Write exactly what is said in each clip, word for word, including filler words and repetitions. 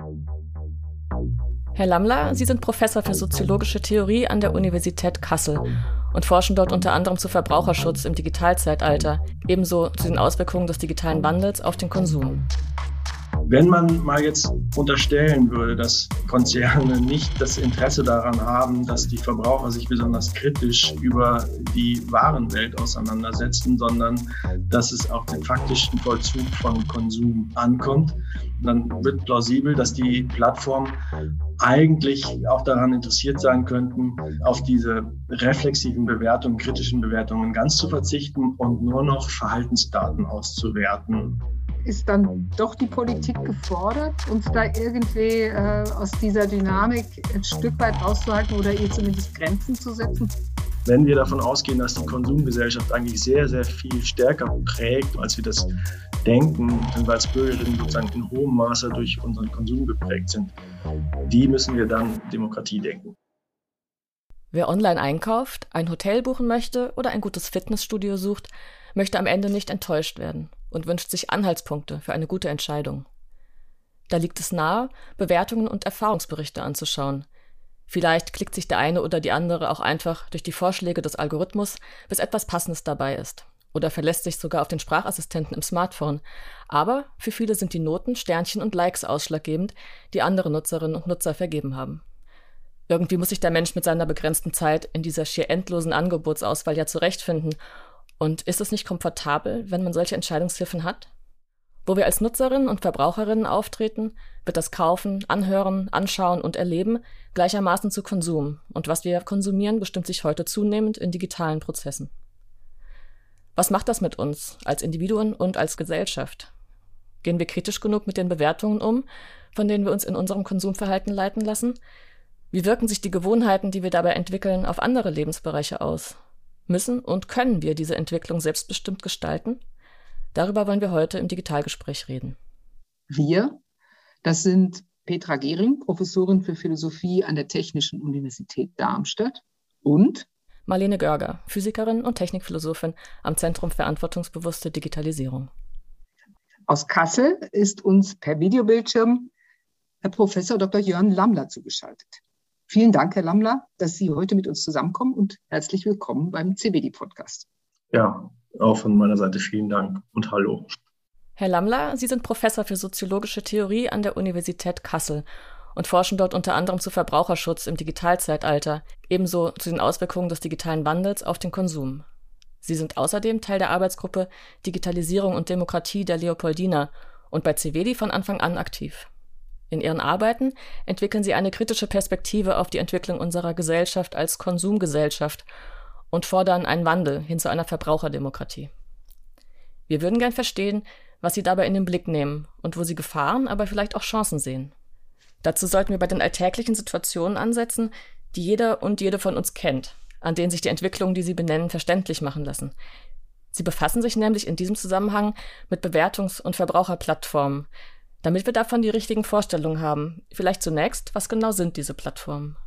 Herr Lammler, Sie sind Professor für soziologische Theorie an der Universität Kassel und forschen dort unter anderem zu Verbraucherschutz im Digitalzeitalter, ebenso zu den Auswirkungen des digitalen Wandels auf den Konsum. Wenn man mal jetzt unterstellen würde, dass Konzerne nicht das Interesse daran haben, dass die Verbraucher sich besonders kritisch über die Warenwelt auseinandersetzen, sondern dass es auf den faktischen Vollzug von Konsum ankommt, dann wird plausibel, dass die Plattformen eigentlich auch daran interessiert sein könnten, auf diese reflexiven Bewertungen, kritischen Bewertungen ganz zu verzichten und nur noch Verhaltensdaten auszuwerten. Ist dann doch die Politik gefordert, uns da irgendwie äh, aus dieser Dynamik ein Stück weit rauszuhalten oder ihr zumindest Grenzen zu setzen? Wenn wir davon ausgehen, dass die Konsumgesellschaft eigentlich sehr, sehr viel stärker prägt, als wir das denken, und wir als Bürgerinnen sozusagen in hohem Maße durch unseren Konsum geprägt sind, wie müssen wir dann Demokratie denken? Wer online einkauft, ein Hotel buchen möchte oder ein gutes Fitnessstudio sucht, möchte am Ende nicht enttäuscht werden und wünscht sich Anhaltspunkte für eine gute Entscheidung. Da liegt es nahe, Bewertungen und Erfahrungsberichte anzuschauen. Vielleicht klickt sich der eine oder die andere auch einfach durch die Vorschläge des Algorithmus, bis etwas Passendes dabei ist. Oder verlässt sich sogar auf den Sprachassistenten im Smartphone. Aber für viele sind die Noten, Sternchen und Likes ausschlaggebend, die andere Nutzerinnen und Nutzer vergeben haben. Irgendwie muss sich der Mensch mit seiner begrenzten Zeit in dieser schier endlosen Angebotsauswahl ja zurechtfinden. Und ist es nicht komfortabel, wenn man solche Entscheidungshilfen hat? Wo wir als Nutzerinnen und Verbraucherinnen auftreten, wird das Kaufen, Anhören, Anschauen und Erleben gleichermaßen zu Konsum. Und was wir konsumieren, bestimmt sich heute zunehmend in digitalen Prozessen. Was macht das mit uns als Individuen und als Gesellschaft? Gehen wir kritisch genug mit den Bewertungen um, von denen wir uns in unserem Konsumverhalten leiten lassen? Wie wirken sich die Gewohnheiten, die wir dabei entwickeln, auf andere Lebensbereiche aus? Müssen und können wir diese Entwicklung selbstbestimmt gestalten? Darüber wollen wir heute im Digitalgespräch reden. Wir, das sind Petra Gehring, Professorin für Philosophie an der Technischen Universität Darmstadt, und Marlene Görger, Physikerin und Technikphilosophin am Zentrum Verantwortungsbewusste Digitalisierung. Aus Kassel ist uns per Videobildschirm Herr Professor Doktor Jörn Lammler zugeschaltet. Vielen Dank, Herr Lammler, dass Sie heute mit uns zusammenkommen und herzlich willkommen beim C B D-Podcast. Ja, auch von meiner Seite vielen Dank und hallo. Herr Lammler, Sie sind Professor für soziologische Theorie an der Universität Kassel und forschen dort unter anderem zu Verbraucherschutz im Digitalzeitalter, ebenso zu den Auswirkungen des digitalen Wandels auf den Konsum. Sie sind außerdem Teil der Arbeitsgruppe Digitalisierung und Demokratie der Leopoldina und bei C W D von Anfang an aktiv. In ihren Arbeiten entwickeln sie eine kritische Perspektive auf die Entwicklung unserer Gesellschaft als Konsumgesellschaft und fordern einen Wandel hin zu einer Verbraucherdemokratie. Wir würden gern verstehen, was sie dabei in den Blick nehmen und wo sie Gefahren, aber vielleicht auch Chancen sehen. Dazu sollten wir bei den alltäglichen Situationen ansetzen, die jeder und jede von uns kennt, an denen sich die Entwicklungen, die sie benennen, verständlich machen lassen. Sie befassen sich nämlich in diesem Zusammenhang mit Bewertungs- und Verbraucherplattformen, damit wir davon die richtigen Vorstellungen haben. Vielleicht zunächst, was genau sind diese Plattformen?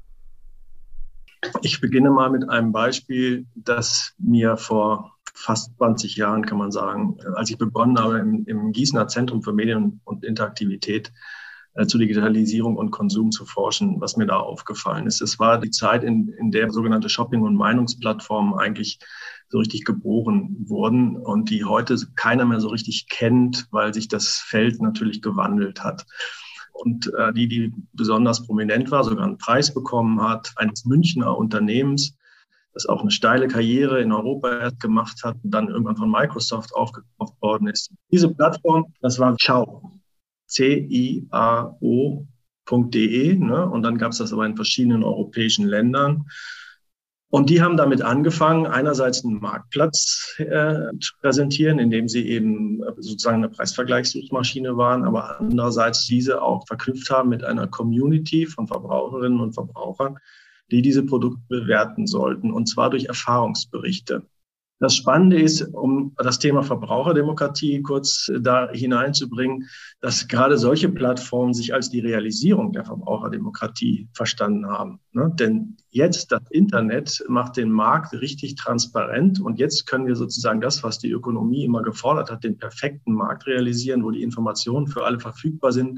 Ich beginne mal mit einem Beispiel, das mir vor fast zwanzig Jahren, kann man sagen, als ich begonnen habe, im, im Gießener Zentrum für Medien und Interaktivität äh, zu Digitalisierung und Konsum zu forschen, was mir da aufgefallen ist. Es war die Zeit, in, in der sogenannte Shopping- und Meinungsplattformen eigentlich so richtig geboren wurden und die heute keiner mehr so richtig kennt, weil sich das Feld natürlich gewandelt hat. Und äh, die, die besonders prominent war, sogar einen Preis bekommen hat, eines Münchner Unternehmens, das auch eine steile Karriere in Europa erst gemacht hat und dann irgendwann von Microsoft aufgekauft worden ist. Diese Plattform, das war Ciao, C I A O Punkt de, ne? Und dann gab es das aber in verschiedenen europäischen Ländern. Und die haben damit angefangen, einerseits einen Marktplatz äh, zu präsentieren, indem sie eben sozusagen eine Preisvergleichssuchmaschine waren, aber andererseits diese auch verknüpft haben mit einer Community von Verbraucherinnen und Verbrauchern, die diese Produkte bewerten sollten, und zwar durch Erfahrungsberichte. Das Spannende ist, um das Thema Verbraucherdemokratie kurz da hineinzubringen, dass gerade solche Plattformen sich als die Realisierung der Verbraucherdemokratie verstanden haben. Ne? Denn jetzt das Internet macht den Markt richtig transparent und jetzt können wir sozusagen das, was die Ökonomie immer gefordert hat, den perfekten Markt realisieren, wo die Informationen für alle verfügbar sind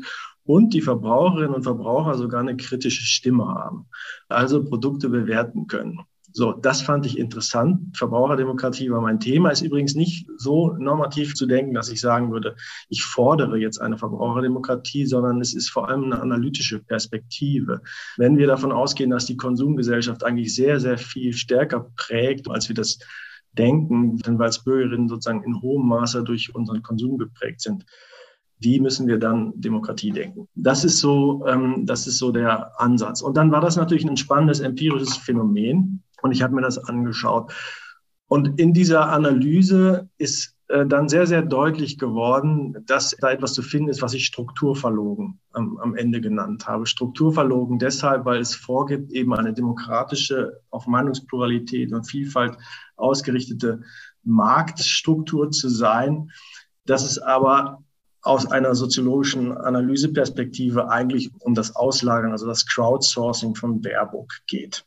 und die Verbraucherinnen und Verbraucher sogar eine kritische Stimme haben, also Produkte bewerten können. So, das fand ich interessant. Verbraucherdemokratie war mein Thema. Ist übrigens nicht so normativ zu denken, dass ich sagen würde, ich fordere jetzt eine Verbraucherdemokratie, sondern es ist vor allem eine analytische Perspektive. Wenn wir davon ausgehen, dass die Konsumgesellschaft eigentlich sehr, sehr viel stärker prägt, als wir das denken, wenn wir als Bürgerinnen sozusagen in hohem Maße durch unseren Konsum geprägt sind, wie müssen wir dann Demokratie denken? Das ist so, ähm, das ist so der Ansatz. Und dann war das natürlich ein spannendes empirisches Phänomen. Und ich habe mir das angeschaut. Und in dieser Analyse ist äh, dann sehr, sehr deutlich geworden, dass da etwas zu finden ist, was ich strukturverlogen am, am Ende genannt habe. Strukturverlogen deshalb, weil es vorgibt, eben eine demokratische, auf Meinungspluralität und Vielfalt ausgerichtete Marktstruktur zu sein, dass es aber aus einer soziologischen Analyseperspektive eigentlich um das Auslagern, also das Crowdsourcing von Werbung geht.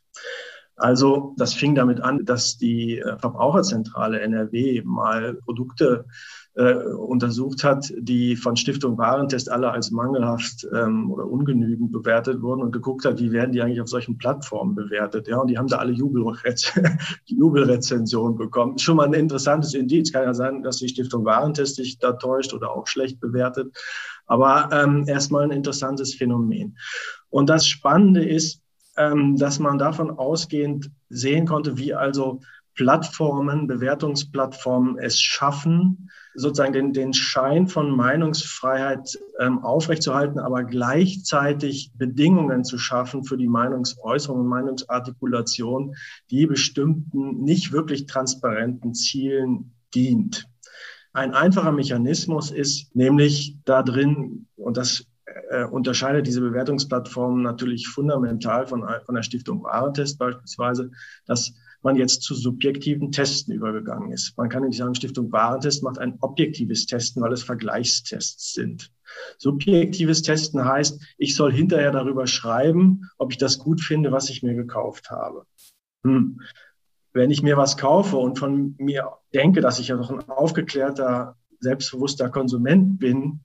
Also das fing damit an, dass die Verbraucherzentrale N R W mal Produkte äh, untersucht hat, die von Stiftung Warentest alle als mangelhaft ähm, oder ungenügend bewertet wurden und geguckt hat, wie werden die eigentlich auf solchen Plattformen bewertet. Ja, und die haben da alle Jubelrez- Jubelrezensionen bekommen. Schon mal ein interessantes Indiz. Kann ja sein, dass die Stiftung Warentest sich da täuscht oder auch schlecht bewertet. Aber ähm, erstmal ein interessantes Phänomen. Und das Spannende ist, dass man davon ausgehend sehen konnte, wie also Plattformen, Bewertungsplattformen es schaffen, sozusagen den, den Schein von Meinungsfreiheit ähm, aufrechtzuerhalten, aber gleichzeitig Bedingungen zu schaffen für die Meinungsäußerung und Meinungsartikulation, die bestimmten nicht wirklich transparenten Zielen dient. Ein einfacher Mechanismus ist nämlich da drin, und das Äh, unterscheidet diese Bewertungsplattformen natürlich fundamental von, von der Stiftung Warentest beispielsweise, dass man jetzt zu subjektiven Testen übergegangen ist. Man kann nicht sagen, Stiftung Warentest macht ein objektives Testen, weil es Vergleichstests sind. Subjektives Testen heißt, ich soll hinterher darüber schreiben, ob ich das gut finde, was ich mir gekauft habe. Hm. Wenn ich mir was kaufe und von mir denke, dass ich ja doch ein aufgeklärter, selbstbewusster Konsument bin,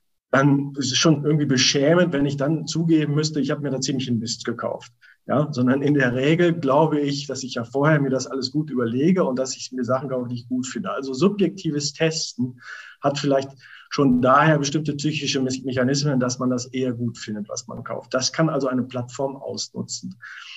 dann ist es schon irgendwie beschämend, wenn ich dann zugeben müsste, ich habe mir da ziemlich einen Mist gekauft. Ja, sondern in der Regel glaube ich, dass ich ja vorher mir das alles gut überlege und dass ich mir Sachen auch nicht gut finde. Also subjektives Testen hat vielleicht schon daher bestimmte psychische Mechanismen, dass man das eher gut findet, was man kauft. Das kann also eine Plattform ausnutzen.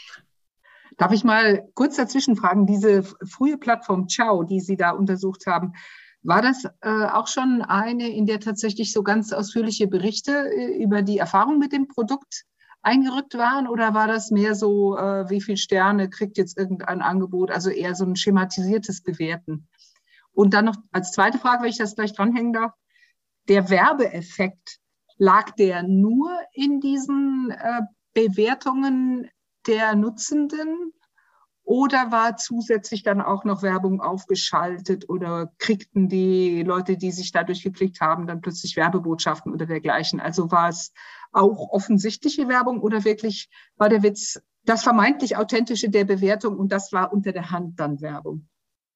Darf ich mal kurz dazwischen fragen, diese frühe Plattform Ciao, die Sie da untersucht haben, war das äh, auch schon eine, in der tatsächlich so ganz ausführliche Berichte äh, über die Erfahrung mit dem Produkt eingerückt waren? Oder war das mehr so, äh, wie viele Sterne kriegt jetzt irgendein Angebot? Also eher so ein schematisiertes Bewerten. Und dann noch als zweite Frage, wenn ich das gleich dranhängen darf, der Werbeeffekt, lag der nur in diesen äh, Bewertungen der Nutzenden? Oder war zusätzlich dann auch noch Werbung aufgeschaltet oder kriegten die Leute, die sich dadurch geklickt haben, dann plötzlich Werbebotschaften oder dergleichen? Also war es auch offensichtliche Werbung oder wirklich war der Witz das vermeintlich Authentische der Bewertung und das war unter der Hand dann Werbung?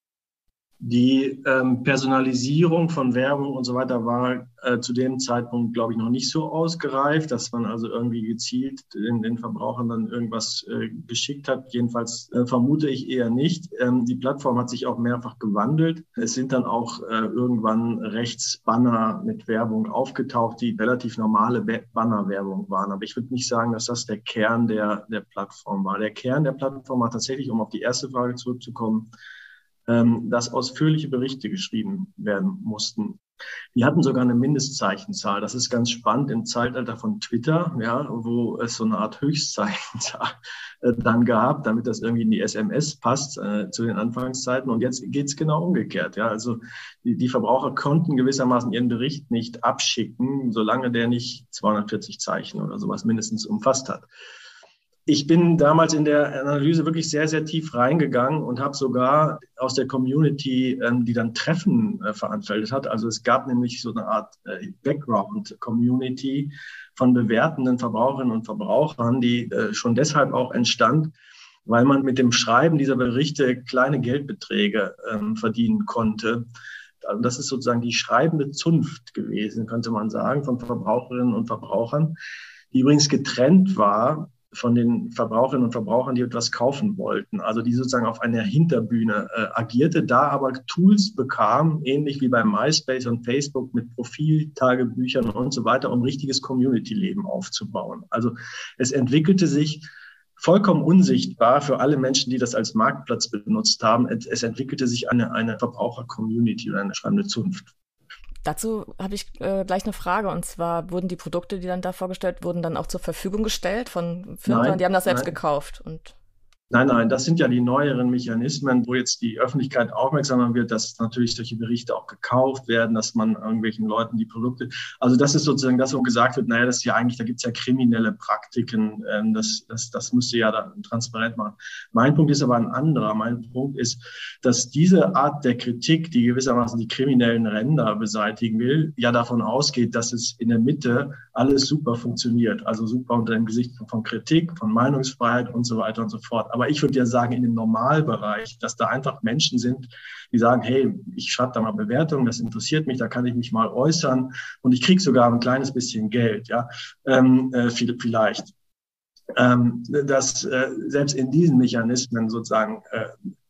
Die ähm, Personalisierung von Werbung und so weiter war äh, zu dem Zeitpunkt, glaube ich, noch nicht so ausgereift, dass man also irgendwie gezielt den, den Verbrauchern dann irgendwas äh, geschickt hat. Jedenfalls äh, vermute ich eher nicht. Ähm, die Plattform hat sich auch mehrfach gewandelt. Es sind dann auch äh, irgendwann rechts Banner mit Werbung aufgetaucht, die relativ normale Bannerwerbung waren. Aber ich würde nicht sagen, dass das der Kern der, der Plattform war. Der Kern der Plattform war tatsächlich, um auf die erste Frage zurückzukommen, dass ausführliche Berichte geschrieben werden mussten. Die hatten sogar eine Mindestzeichenzahl. Das ist ganz spannend im Zeitalter von Twitter, ja, wo es so eine Art Höchstzeichenzahl äh, dann gab, damit das irgendwie in die S M S passt äh, zu den Anfangszeiten. Und jetzt geht es genau umgekehrt. Ja, also die, die Verbraucher konnten gewissermaßen ihren Bericht nicht abschicken, solange der nicht zweihundertvierzig Zeichen oder sowas mindestens umfasst hat. Ich bin damals in der Analyse wirklich sehr, sehr tief reingegangen und habe sogar aus der Community, ähm, die dann Treffen äh, veranstaltet hat, also es gab nämlich so eine Art äh, Background-Community von bewertenden Verbraucherinnen und Verbrauchern, die äh, schon deshalb auch entstand, weil man mit dem Schreiben dieser Berichte kleine Geldbeträge ähm, verdienen konnte. Also das ist sozusagen die schreibende Zunft gewesen, könnte man sagen, von Verbraucherinnen und Verbrauchern, die übrigens getrennt war von den Verbraucherinnen und Verbrauchern, die etwas kaufen wollten. Also die sozusagen auf einer Hinterbühne äh, agierte, da aber Tools bekam, ähnlich wie bei MySpace und Facebook mit Profiltagebüchern und so weiter, um richtiges Community-Leben aufzubauen. Also es entwickelte sich vollkommen unsichtbar für alle Menschen, die das als Marktplatz benutzt haben. Es entwickelte sich eine, eine Verbraucher-Community oder eine schreibende Zunft. Dazu habe ich äh, gleich eine Frage, und zwar wurden die Produkte, die dann da vorgestellt wurden, dann auch zur Verfügung gestellt von Firmen, nein, die haben das selbst nein. gekauft und Nein, nein, das sind ja die neueren Mechanismen, wo jetzt die Öffentlichkeit aufmerksamer wird, dass natürlich solche Berichte auch gekauft werden, dass man irgendwelchen Leuten die Produkte, also das ist sozusagen das, wo gesagt wird, naja, das ist ja eigentlich, da gibt es ja kriminelle Praktiken, das, das, das müsste ja dann transparent machen. Mein Punkt ist aber ein anderer. Mein Punkt ist, dass diese Art der Kritik, die gewissermaßen die kriminellen Ränder beseitigen will, ja davon ausgeht, dass es in der Mitte alles super funktioniert, also super unter dem Gesicht von Kritik, von Meinungsfreiheit und so weiter und so fort. Aber ich würde ja sagen, in dem Normalbereich, dass da einfach Menschen sind, die sagen, hey, ich schreibe da mal Bewertungen, das interessiert mich, da kann ich mich mal äußern und ich kriege sogar ein kleines bisschen Geld, ja, ähm, äh, vielleicht. Ähm, dass äh, selbst in diesen Mechanismen sozusagen äh,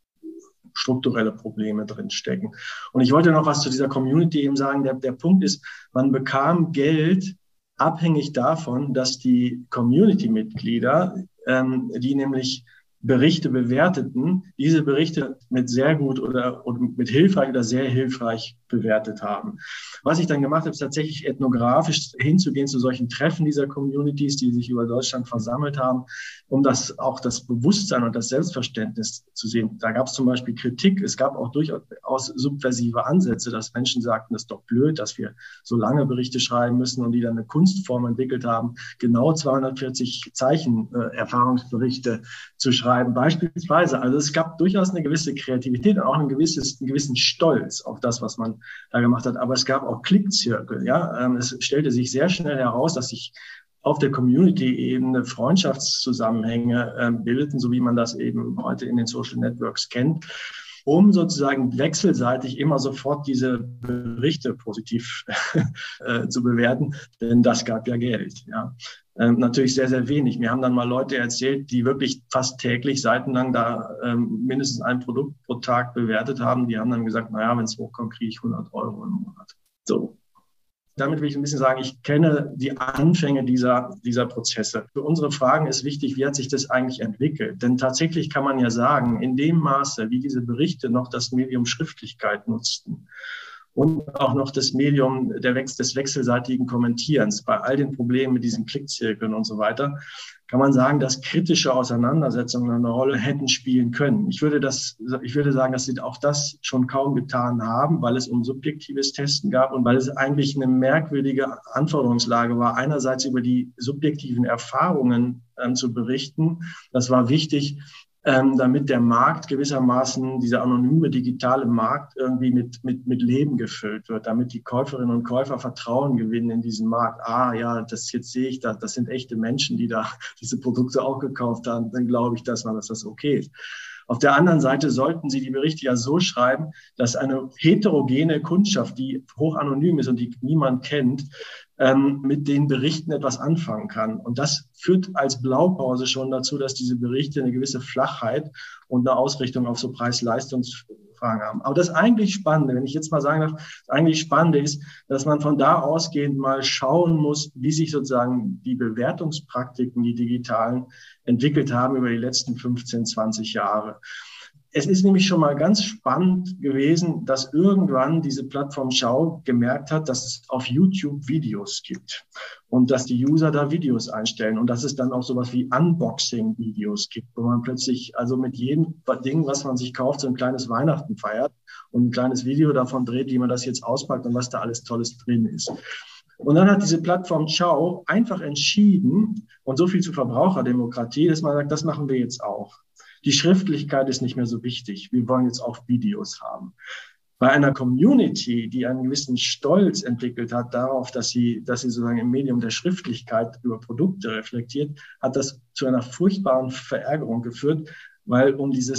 strukturelle Probleme drinstecken. Und ich wollte noch was zu dieser Community eben sagen. Der, der Punkt ist, man bekam Geld abhängig davon, dass die Community-Mitglieder, ähm, die nämlich Berichte bewerteten, diese Berichte mit sehr gut oder, oder mit hilfreich oder sehr hilfreich bewertet haben. Was ich dann gemacht habe, ist tatsächlich ethnografisch hinzugehen zu solchen Treffen dieser Communities, die sich über Deutschland versammelt haben, um das auch das Bewusstsein und das Selbstverständnis zu sehen. Da gab es zum Beispiel Kritik. Es gab auch durchaus subversive Ansätze, dass Menschen sagten, das ist doch blöd, dass wir so lange Berichte schreiben müssen und die dann eine Kunstform entwickelt haben, genau zweihundertvierzig Zeichen äh, Erfahrungsberichte zu schreiben. Beispielsweise, also es gab durchaus eine gewisse Kreativität und auch ein gewisses, einen gewissen Stolz auf das, was man da gemacht hat. Aber es gab auch Klickzirkel. Ja, es stellte sich sehr schnell heraus, dass sich auf der Community-Ebene Freundschaftszusammenhänge äh, bildeten, so wie man das eben heute in den Social Networks kennt, um sozusagen wechselseitig immer sofort diese Berichte positiv äh, zu bewerten, denn das gab ja Geld. Ja. Ähm, natürlich sehr, sehr wenig. Mir haben dann mal Leute erzählt, die wirklich fast täglich seitenlang da ähm, mindestens ein Produkt pro Tag bewertet haben. Die haben dann gesagt, naja, wenn es hochkommt, kriege ich hundert Euro im Monat. So. Damit will ich ein bisschen sagen, ich kenne die Anfänge dieser, dieser Prozesse. Für unsere Fragen ist wichtig, wie hat sich das eigentlich entwickelt? Denn tatsächlich kann man ja sagen, in dem Maße, wie diese Berichte noch das Medium Schriftlichkeit nutzten und auch noch das Medium der Wechsel, des wechselseitigen Kommentierens bei all den Problemen mit diesen Klickzirkeln und so weiter, kann man sagen, dass kritische Auseinandersetzungen eine Rolle hätten spielen können. Ich würde das, ich würde sagen, dass sie auch das schon kaum getan haben, weil es um subjektives Testen gab und weil es eigentlich eine merkwürdige Anforderungslage war, einerseits über die subjektiven Erfahrungen äh, zu berichten. Das war wichtig, Ähm, damit der Markt gewissermaßen, dieser anonyme digitale Markt irgendwie mit, mit, mit Leben gefüllt wird, damit die Käuferinnen und Käufer Vertrauen gewinnen in diesen Markt. Ah ja, das jetzt sehe ich, da, das sind echte Menschen, die da diese Produkte auch gekauft haben, dann glaube ich, dass man, dass das okay ist. Auf der anderen Seite sollten Sie die Berichte ja so schreiben, dass eine heterogene Kundschaft, die hoch anonym ist und die niemand kennt, ähm, mit den Berichten etwas anfangen kann. Und das führt als Blaupause schon dazu, dass diese Berichte eine gewisse Flachheit und eine Ausrichtung auf so Preis-Leistungsfragen haben. Aber das eigentlich Spannende, wenn ich jetzt mal sagen darf, das eigentlich Spannende ist, dass man von da ausgehend mal schauen muss, wie sich sozusagen die Bewertungspraktiken, die digitalen, entwickelt haben über die letzten fünfzehn, zwanzig Jahre. Es ist nämlich schon mal ganz spannend gewesen, dass irgendwann diese Plattform Schau gemerkt hat, dass es auf YouTube Videos gibt und dass die User da Videos einstellen und dass es dann auch sowas wie Unboxing-Videos gibt, wo man plötzlich also mit jedem Ding, was man sich kauft, so ein kleines Weihnachten feiert und ein kleines Video davon dreht, wie man das jetzt auspackt und was da alles Tolles drin ist. Und dann hat diese Plattform Schau einfach entschieden, und so viel zu Verbraucherdemokratie, dass man sagt, das machen wir jetzt auch. Die Schriftlichkeit ist nicht mehr so wichtig. Wir wollen jetzt auch Videos haben. Bei einer Community, die einen gewissen Stolz entwickelt hat darauf, dass sie, dass sie sozusagen im Medium der Schriftlichkeit über Produkte reflektiert, hat das zu einer furchtbaren Verärgerung geführt, weil um dieses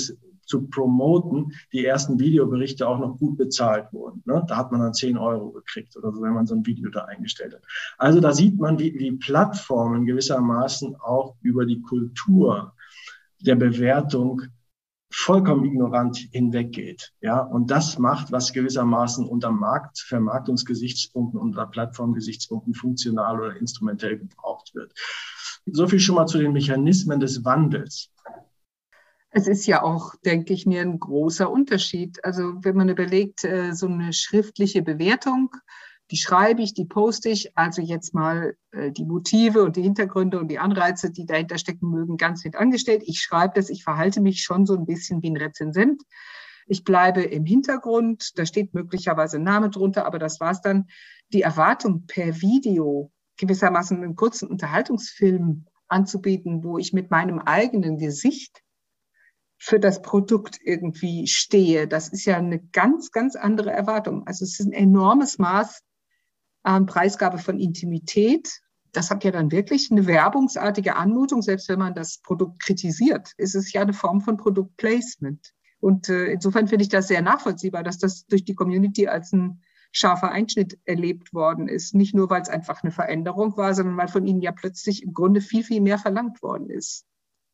zu promoten, die ersten Videoberichte auch noch gut bezahlt wurden. Ne? Da hat man dann zehn Euro gekriegt oder so, wenn man so ein Video da eingestellt hat. Also da sieht man, wie, wie Plattformen gewissermaßen auch über die Kultur der Bewertung vollkommen ignorant hinweggeht. Ja, und das macht, was gewissermaßen unter Markt, Vermarktungsgesichtspunkten, unter Plattformgesichtspunkten funktional oder instrumentell gebraucht wird. So viel schon mal zu den Mechanismen des Wandels. Es ist ja auch, denke ich mir, ein großer Unterschied. Also wenn man überlegt, so eine schriftliche Bewertung, die schreibe ich, die poste ich, also jetzt mal die Motive und die Hintergründe und die Anreize, die dahinter stecken mögen, ganz mit angestellt. Ich schreibe das, ich verhalte mich schon so ein bisschen wie ein Rezensent. Ich bleibe im Hintergrund, da steht möglicherweise ein Name drunter, aber das war's dann. Die Erwartung per Video gewissermaßen einen kurzen Unterhaltungsfilm anzubieten, wo ich mit meinem eigenen Gesicht für das Produkt irgendwie stehe, das ist ja eine ganz, ganz andere Erwartung. Also es ist ein enormes Maß an Preisgabe von Intimität. Das hat ja dann wirklich eine werbungsartige Anmutung. Selbst wenn man das Produkt kritisiert, ist es ja eine Form von Produktplacement. Und äh, insofern finde ich das sehr nachvollziehbar, dass das durch die Community als ein scharfer Einschnitt erlebt worden ist. Nicht nur, weil es einfach eine Veränderung war, sondern weil von ihnen ja plötzlich im Grunde viel, viel mehr verlangt worden ist.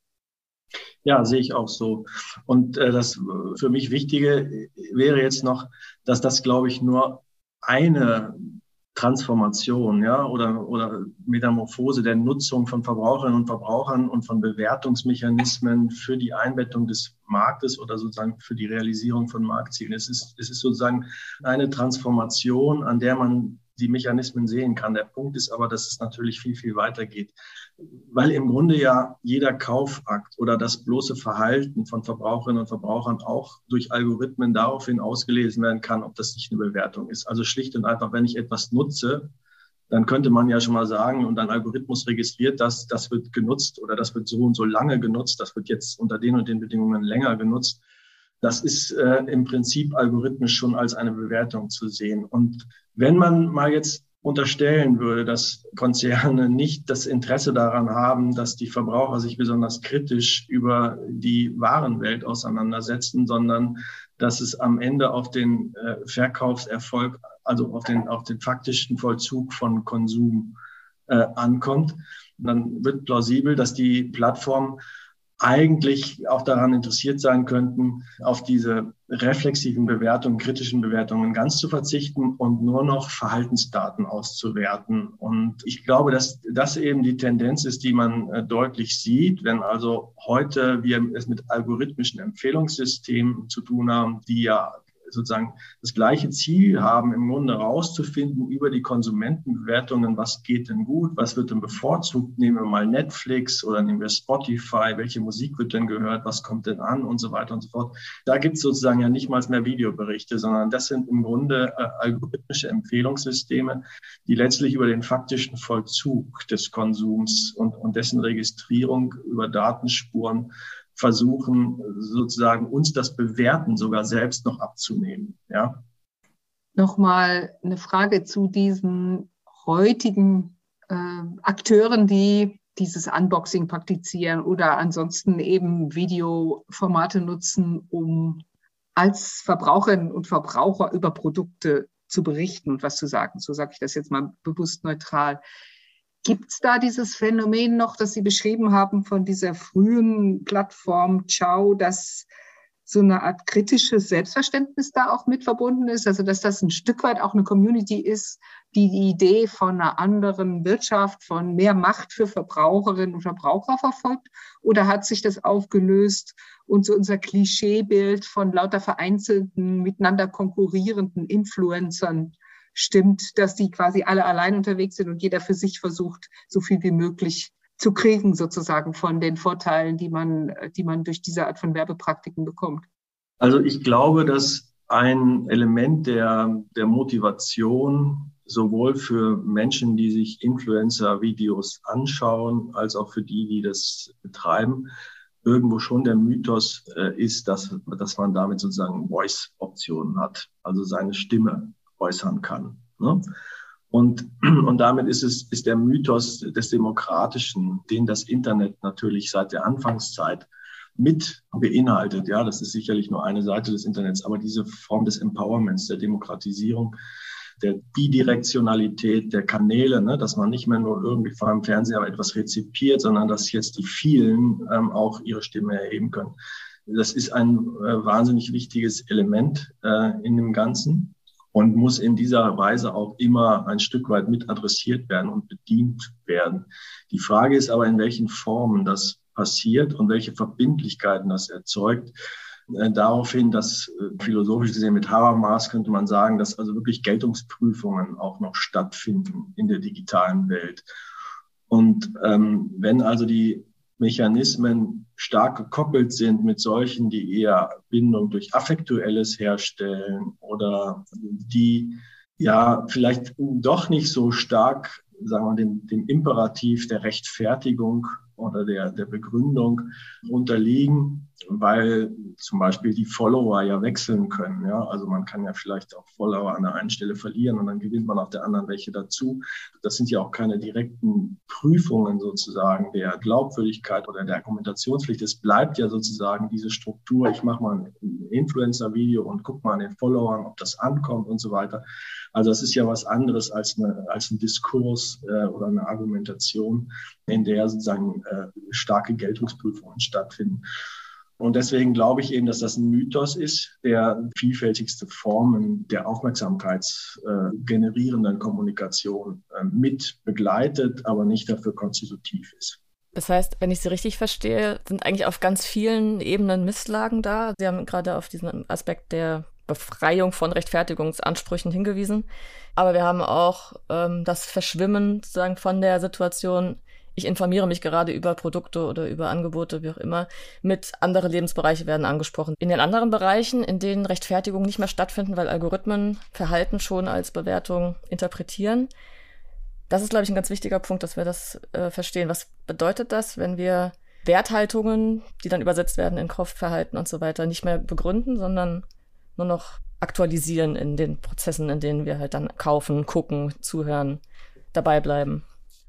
Ja, sehe ich auch so. Und äh, das für mich Wichtige wäre jetzt noch, dass das, glaube ich, nur eine Transformation, ja, oder, oder Metamorphose der Nutzung von Verbraucherinnen und Verbrauchern und von Bewertungsmechanismen für die Einbettung des Marktes oder sozusagen für die Realisierung von Marktzielen. Es ist, es ist sozusagen eine Transformation, an der man die Mechanismen sehen kann. Der Punkt ist aber, dass es natürlich viel, viel weiter geht. Weil im Grunde ja jeder Kaufakt oder das bloße Verhalten von Verbraucherinnen und Verbrauchern auch durch Algorithmen daraufhin ausgelesen werden kann, ob das nicht eine Bewertung ist. Also schlicht und einfach, wenn ich etwas nutze, dann könnte man ja schon mal sagen, und ein Algorithmus registriert das, das wird genutzt oder das wird so und so lange genutzt, das wird jetzt unter den und den Bedingungen länger genutzt. Das ist äh, im Prinzip algorithmisch schon als eine Bewertung zu sehen. Und wenn man mal jetzt unterstellen würde, dass Konzerne nicht das Interesse daran haben, dass die Verbraucher sich besonders kritisch über die Warenwelt auseinandersetzen, sondern dass es am Ende auf den äh, Verkaufserfolg, also auf den, auf den faktischen Vollzug von Konsum äh, ankommt, dann wird plausibel, dass die Plattform eigentlich auch daran interessiert sein könnten, auf diese reflexiven Bewertungen, kritischen Bewertungen ganz zu verzichten und nur noch Verhaltensdaten auszuwerten. Und ich glaube, dass das eben die Tendenz ist, die man äh, deutlich sieht, wenn also heute wir es mit algorithmischen Empfehlungssystemen zu tun haben, die ja sozusagen das gleiche Ziel haben, im Grunde rauszufinden über die Konsumentenbewertungen, was geht denn gut, was wird denn bevorzugt, nehmen wir mal Netflix oder nehmen wir Spotify, welche Musik wird denn gehört, was kommt denn an und so weiter und so fort. Da gibt es sozusagen ja nicht mal mehr Videoberichte, sondern das sind im Grunde äh, algorithmische Empfehlungssysteme, die letztlich über den faktischen Vollzug des Konsums und, und dessen Registrierung über Datenspuren versuchen, sozusagen uns das Bewerten sogar selbst noch abzunehmen. Ja. Nochmal eine Frage zu diesen heutigen äh, Akteuren, die dieses Unboxing praktizieren oder ansonsten eben Videoformate nutzen, um als Verbraucherinnen und Verbraucher über Produkte zu berichten und was zu sagen. So sage ich das jetzt mal bewusst neutral. Gibt es da dieses Phänomen noch, das Sie beschrieben haben von dieser frühen Plattform Ciao, dass so eine Art kritisches Selbstverständnis da auch mit verbunden ist? Also dass das ein Stück weit auch eine Community ist, die die Idee von einer anderen Wirtschaft, von mehr Macht für Verbraucherinnen und Verbraucher verfolgt? Oder hat sich das aufgelöst und so unser Klischeebild von lauter vereinzelten, miteinander konkurrierenden Influencern stimmt, dass die quasi alle allein unterwegs sind und jeder für sich versucht, so viel wie möglich zu kriegen, sozusagen von den Vorteilen, die man, die man durch diese Art von Werbepraktiken bekommt? Also ich glaube, dass ein Element der, der Motivation sowohl für Menschen, die sich Influencer-Videos anschauen, als auch für die, die das betreiben, irgendwo schon der Mythos äh, ist, dass, dass man damit sozusagen Voice-Optionen hat, also seine Stimme äußern kann. Ne? Und, und damit ist es, ist der Mythos des Demokratischen, den das Internet natürlich seit der Anfangszeit mit beinhaltet. Ja, das ist sicherlich nur eine Seite des Internets, aber diese Form des Empowerments, der Demokratisierung, der Bidirektionalität der Kanäle, ne, dass man nicht mehr nur irgendwie vor einem Fernseher etwas rezipiert, sondern dass jetzt die vielen ähm, auch ihre Stimme erheben können. Das ist ein äh, wahnsinnig wichtiges Element äh, in dem Ganzen und muss in dieser Weise auch immer ein Stück weit mit adressiert werden und bedient werden. Die Frage ist aber, in welchen Formen das passiert und welche Verbindlichkeiten das erzeugt. Äh, daraufhin, dass äh, philosophisch gesehen mit Habermas könnte man sagen, dass also wirklich Geltungsprüfungen auch noch stattfinden in der digitalen Welt. Und ähm, wenn also die Mechanismen stark gekoppelt sind mit solchen, die eher Bindung durch Affektuelles herstellen oder die ja vielleicht doch nicht so stark, sagen wir, dem, dem Imperativ der Rechtfertigung oder der, der Begründung unterliegen, weil zum Beispiel die Follower ja wechseln können. Ja? Also man kann ja vielleicht auch Follower an der einen Stelle verlieren und dann gewinnt man auf der anderen welche dazu. Das sind ja auch keine direkten Prüfungen sozusagen der Glaubwürdigkeit oder der Argumentationspflicht. Es bleibt ja sozusagen diese Struktur, ich mache mal ein Influencer-Video und gucke mal an den Followern, ob das ankommt und so weiter. Also das ist ja was anderes als, eine, als ein Diskurs äh, oder eine Argumentation, in der sozusagen äh, starke Geltungsprüfungen stattfinden. Und deswegen glaube ich eben, dass das ein Mythos ist, der vielfältigste Formen der aufmerksamkeitsgenerierenden äh, Kommunikation äh, mit begleitet, aber nicht dafür konstitutiv ist. Das heißt, wenn ich Sie richtig verstehe, sind eigentlich auf ganz vielen Ebenen Misslagen da. Sie haben gerade auf diesen Aspekt der Befreiung von Rechtfertigungsansprüchen hingewiesen. Aber wir haben auch ähm, das Verschwimmen sozusagen von der Situation, ich informiere mich gerade über Produkte oder über Angebote, wie auch immer, mit andere Lebensbereiche werden angesprochen. In den anderen Bereichen, in denen Rechtfertigungen nicht mehr stattfinden, weil Algorithmen Verhalten schon als Bewertung interpretieren. Das ist, glaube ich, ein ganz wichtiger Punkt, dass wir das äh, verstehen. Was bedeutet das, wenn wir Werthaltungen, die dann übersetzt werden in Kaufverhalten und so weiter, nicht mehr begründen, sondern nur noch aktualisieren in den Prozessen, in denen wir halt dann kaufen, gucken, zuhören, dabei bleiben?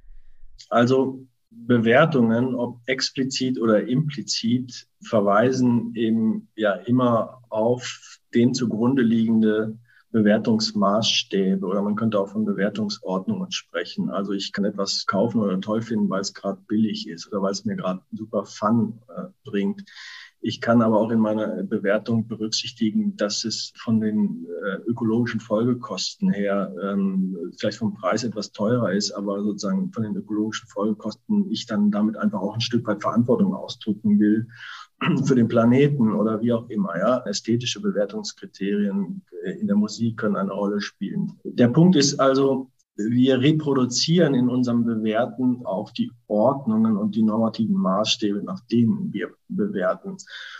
Also Bewertungen, ob explizit oder implizit, verweisen eben ja immer auf den zugrunde liegende Bewertungsmaßstäbe oder man könnte auch von Bewertungsordnungen sprechen. Also ich kann etwas kaufen oder toll finden, weil es gerade billig ist oder weil es mir gerade super Fun äh, bringt. Ich kann aber auch in meiner Bewertung berücksichtigen, dass es von den äh, ökologischen Folgekosten her ähm, vielleicht vom Preis etwas teurer ist, aber sozusagen von den ökologischen Folgekosten ich dann damit einfach auch ein Stück weit Verantwortung ausdrücken will für den Planeten oder wie auch immer. Ja, ästhetische Bewertungskriterien in der Musik können eine Rolle spielen. Der Punkt ist also, wir reproduzieren in unserem Bewerten auch die Ordnungen und die normativen Maßstäbe, nach denen wir bewerten.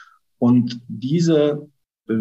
Und diese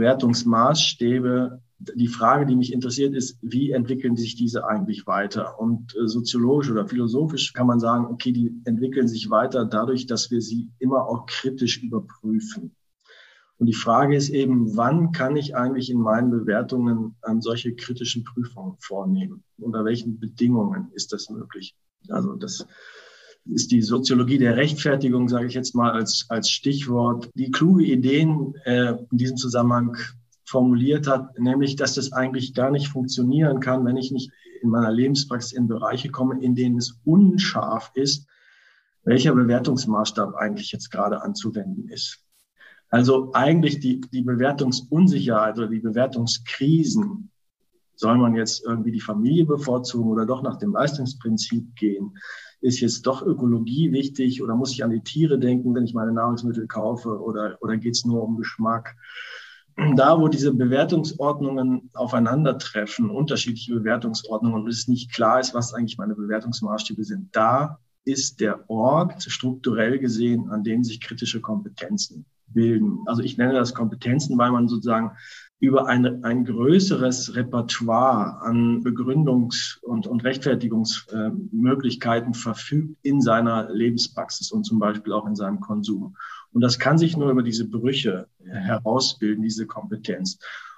Bewertungsmaßstäbe, die Frage, die mich interessiert, ist, wie entwickeln sich diese eigentlich weiter? Und soziologisch oder philosophisch kann man sagen, okay, die entwickeln sich weiter dadurch, dass wir sie immer auch kritisch überprüfen. Und die Frage ist eben, wann kann ich eigentlich in meinen Bewertungen ähm, solche kritischen Prüfungen vornehmen? Unter welchen Bedingungen ist das möglich? Also das ist die Soziologie der Rechtfertigung, sage ich jetzt mal als, als Stichwort, die kluge Ideen äh, in diesem Zusammenhang formuliert hat, nämlich, dass das eigentlich gar nicht funktionieren kann, wenn ich nicht in meiner Lebenspraxis in Bereiche komme, in denen es unscharf ist, welcher Bewertungsmaßstab eigentlich jetzt gerade anzuwenden ist. Also eigentlich die, die Bewertungsunsicherheit oder die Bewertungskrisen, soll man jetzt irgendwie die Familie bevorzugen oder doch nach dem Leistungsprinzip gehen? Ist jetzt doch Ökologie wichtig oder muss ich an die Tiere denken, wenn ich meine Nahrungsmittel kaufe oder, oder geht es nur um Geschmack? Da, wo diese Bewertungsordnungen aufeinandertreffen, unterschiedliche Bewertungsordnungen und es nicht klar ist, was eigentlich meine Bewertungsmaßstäbe sind, da ist der Ort strukturell gesehen, an dem sich kritische Kompetenzen bilden. Also ich nenne das Kompetenzen, weil man sozusagen über eine, ein größeres Repertoire an Begründungs- und, und Rechtfertigungsmöglichkeiten verfügt in seiner Lebenspraxis und zum Beispiel auch in seinem Konsum. Und das kann sich nur über diese Brüche herausbilden, diese Kompetenz.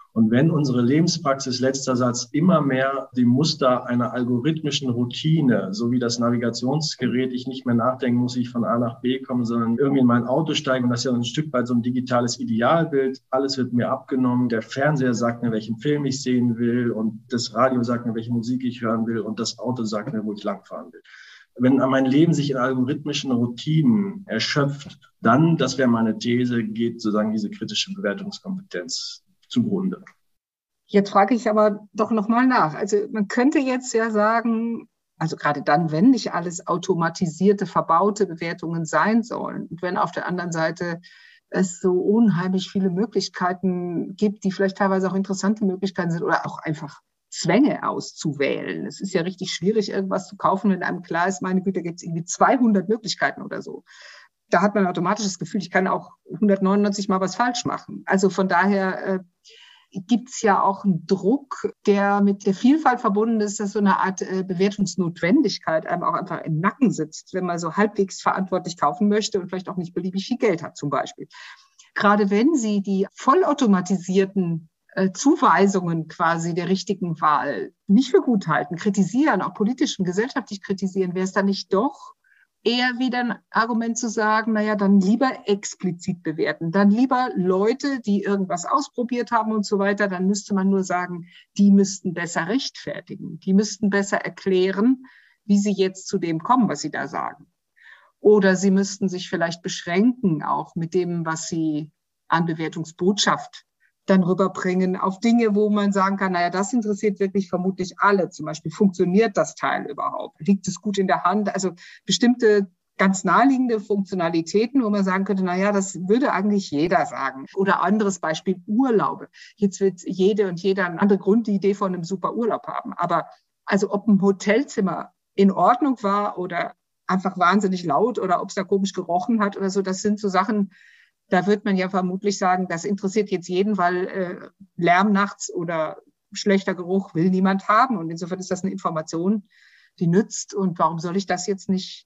Und wenn unsere Lebenspraxis, letzter Satz, immer mehr die Muster einer algorithmischen Routine, so wie das Navigationsgerät, ich nicht mehr nachdenken muss, ich von A nach B komme, sondern irgendwie in mein Auto steige, und das ist ja ein Stück weit so ein digitales Idealbild, alles wird mir abgenommen, der Fernseher sagt mir, welchen Film ich sehen will, und das Radio sagt mir, welche Musik ich hören will, und das Auto sagt mir, wo ich langfahren will. Wenn mein Leben sich in algorithmischen Routinen erschöpft, dann, das wäre meine These, geht sozusagen diese kritische Bewertungskompetenz zugrunde. Jetzt frage ich aber doch nochmal nach. Also man könnte jetzt ja sagen, also gerade dann, wenn nicht alles automatisierte, verbaute Bewertungen sein sollen und wenn auf der anderen Seite es so unheimlich viele Möglichkeiten gibt, die vielleicht teilweise auch interessante Möglichkeiten sind oder auch einfach Zwänge auszuwählen. Es ist ja richtig schwierig, irgendwas zu kaufen, wenn einem klar ist, meine Güte, da gibt es irgendwie zweihundert Möglichkeiten oder so. Da hat man automatisch das Gefühl, ich kann auch hundertneunundneunzig Mal was falsch machen. Also von daher äh, gibt es ja auch einen Druck, der mit der Vielfalt verbunden ist, dass so eine Art äh, Bewertungsnotwendigkeit einem auch einfach im Nacken sitzt, wenn man so halbwegs verantwortlich kaufen möchte und vielleicht auch nicht beliebig viel Geld hat zum Beispiel. Gerade wenn Sie die vollautomatisierten äh, Zuweisungen quasi der richtigen Wahl nicht für gut halten, kritisieren, auch politisch und gesellschaftlich kritisieren, wäre es dann nicht doch eher wieder ein Argument zu sagen, naja, dann lieber explizit bewerten, dann lieber Leute, die irgendwas ausprobiert haben und so weiter, dann müsste man nur sagen, die müssten besser rechtfertigen, die müssten besser erklären, wie sie jetzt zu dem kommen, was sie da sagen. Oder sie müssten sich vielleicht beschränken, auch mit dem, was sie an Bewertungsbotschaft dann rüberbringen, auf Dinge, wo man sagen kann, naja, das interessiert wirklich vermutlich alle. Zum Beispiel, funktioniert das Teil überhaupt? Liegt es gut in der Hand? Also bestimmte ganz naheliegende Funktionalitäten, wo man sagen könnte, naja, das würde eigentlich jeder sagen. Oder anderes Beispiel, Urlaube. Jetzt wird jede und jeder eine andere Grundidee von einem super Urlaub haben. Aber also ob ein Hotelzimmer in Ordnung war oder einfach wahnsinnig laut oder ob es da komisch gerochen hat oder so, das sind so Sachen, da wird man ja vermutlich sagen, das interessiert jetzt jeden, weil äh, Lärm nachts oder schlechter Geruch will niemand haben. Und insofern ist das eine Information, die nützt. Und warum soll ich das jetzt nicht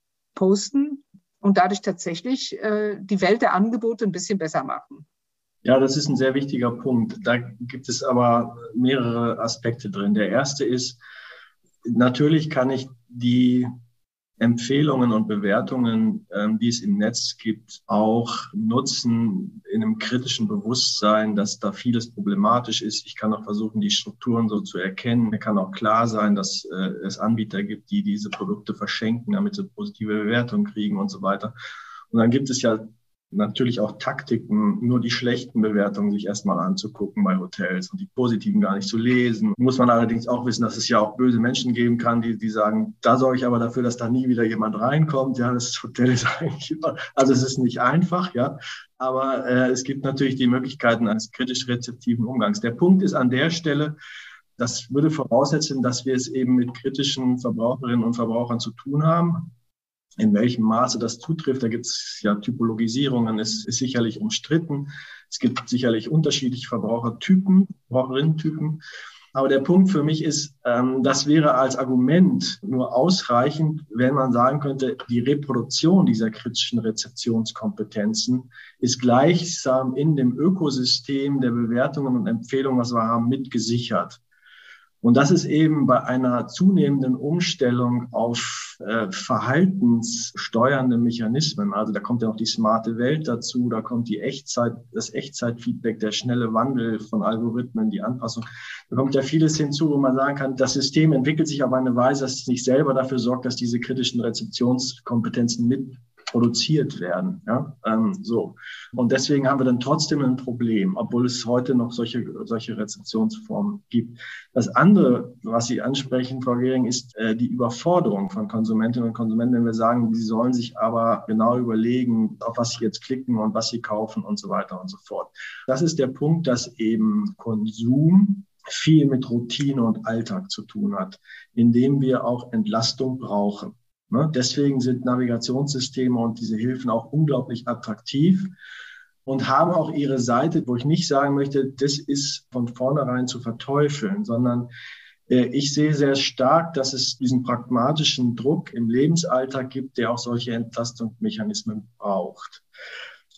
posten und dadurch tatsächlich äh, die Welt der Angebote ein bisschen besser machen? Ja, das ist ein sehr wichtiger Punkt. Da gibt es aber mehrere Aspekte drin. Der erste ist, natürlich kann ich die Empfehlungen und Bewertungen, ähm, die es im Netz gibt, auch nutzen in einem kritischen Bewusstsein, dass da vieles problematisch ist. Ich kann auch versuchen, die Strukturen so zu erkennen. Mir kann auch klar sein, dass äh, es Anbieter gibt, die diese Produkte verschenken, damit sie positive Bewertungen kriegen und so weiter. Und dann gibt es ja natürlich auch Taktiken, nur die schlechten Bewertungen sich erstmal anzugucken bei Hotels und die positiven gar nicht zu lesen. Muss man allerdings auch wissen, dass es ja auch böse Menschen geben kann, die, die sagen, da sorge ich aber dafür, dass da nie wieder jemand reinkommt. Ja, das Hotel ist eigentlich immer, also es ist nicht einfach, ja. Aber äh, es gibt natürlich die Möglichkeiten eines kritisch-rezeptiven Umgangs. Der Punkt ist an der Stelle, das würde voraussetzen, dass wir es eben mit kritischen Verbraucherinnen und Verbrauchern zu tun haben. In welchem Maße das zutrifft, da gibt es ja Typologisierungen, ist, ist sicherlich umstritten. Es gibt sicherlich unterschiedliche Verbrauchertypen, Verbraucherinnentypen. Aber der Punkt für mich ist, ähm, das wäre als Argument nur ausreichend, wenn man sagen könnte, die Reproduktion dieser kritischen Rezeptionskompetenzen ist gleichsam in dem Ökosystem der Bewertungen und Empfehlungen, was wir haben, mitgesichert. Und das ist eben bei einer zunehmenden Umstellung auf äh, verhaltenssteuernde Mechanismen. Also da kommt ja noch die smarte Welt dazu, da kommt die Echtzeit, das Echtzeitfeedback, der schnelle Wandel von Algorithmen, die Anpassung. Da kommt ja vieles hinzu, wo man sagen kann, das System entwickelt sich auf eine Weise, dass es nicht selber dafür sorgt, dass diese kritischen Rezeptionskompetenzen mit produziert werden, ja, ähm, so. Und deswegen haben wir dann trotzdem ein Problem, obwohl es heute noch solche, solche Rezeptionsformen gibt. Das andere, was Sie ansprechen, Frau Gehring, ist äh, die Überforderung von Konsumentinnen und Konsumenten, wenn wir sagen, sie sollen sich aber genau überlegen, auf was sie jetzt klicken und was sie kaufen und so weiter und so fort. Das ist der Punkt, dass eben Konsum viel mit Routine und Alltag zu tun hat, indem wir auch Entlastung brauchen. Ne? Deswegen sind Navigationssysteme und diese Hilfen auch unglaublich attraktiv und haben auch ihre Seite, wo ich nicht sagen möchte, das ist von vornherein zu verteufeln, sondern äh, ich sehe sehr stark, dass es diesen pragmatischen Druck im Lebensalltag gibt, der auch solche Entlastungsmechanismen braucht.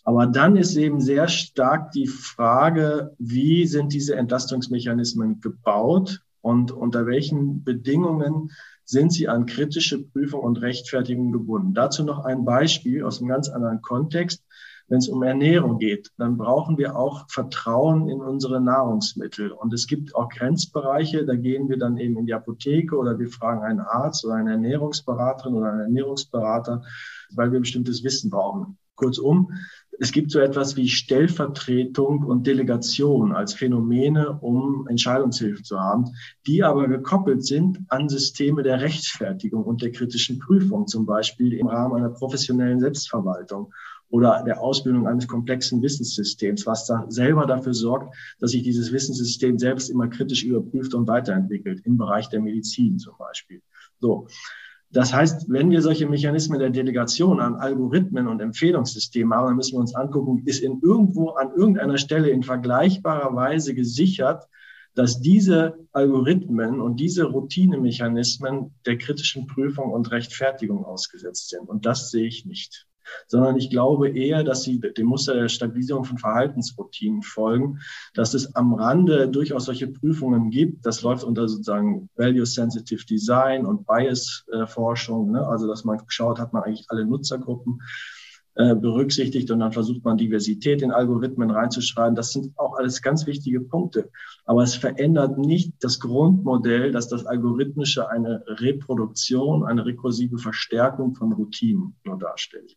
Aber dann ist eben sehr stark die Frage, wie sind diese Entlastungsmechanismen gebaut und unter welchen Bedingungen sind sie an kritische Prüfung und Rechtfertigung gebunden. Dazu noch ein Beispiel aus einem ganz anderen Kontext. Wenn es um Ernährung geht, dann brauchen wir auch Vertrauen in unsere Nahrungsmittel. Und es gibt auch Grenzbereiche, da gehen wir dann eben in die Apotheke oder wir fragen einen Arzt oder eine Ernährungsberaterin oder einen Ernährungsberater, weil wir bestimmtes Wissen brauchen. Kurzum, es gibt so etwas wie Stellvertretung und Delegation als Phänomene, um Entscheidungshilfe zu haben, die aber gekoppelt sind an Systeme der Rechtfertigung und der kritischen Prüfung, zum Beispiel im Rahmen einer professionellen Selbstverwaltung oder der Ausbildung eines komplexen Wissenssystems, was dann selber dafür sorgt, dass sich dieses Wissenssystem selbst immer kritisch überprüft und weiterentwickelt, im Bereich der Medizin zum Beispiel. So. Das heißt, wenn wir solche Mechanismen der Delegation an Algorithmen und Empfehlungssystemen haben, dann müssen wir uns angucken, ist in irgendwo an irgendeiner Stelle in vergleichbarer Weise gesichert, dass diese Algorithmen und diese Routinemechanismen der kritischen Prüfung und Rechtfertigung ausgesetzt sind. Und das sehe ich nicht. Sondern ich glaube eher, dass sie dem Muster der Stabilisierung von Verhaltensroutinen folgen, dass es am Rande durchaus solche Prüfungen gibt. Das läuft unter sozusagen Value-Sensitive Design und Bias-Forschung, ne? Also dass man schaut, hat man eigentlich alle Nutzergruppen äh, berücksichtigt und dann versucht man Diversität in Algorithmen reinzuschreiben. Das sind auch alles ganz wichtige Punkte. Aber es verändert nicht das Grundmodell, dass das Algorithmische eine Reproduktion, eine rekursive Verstärkung von Routinen nur darstellt.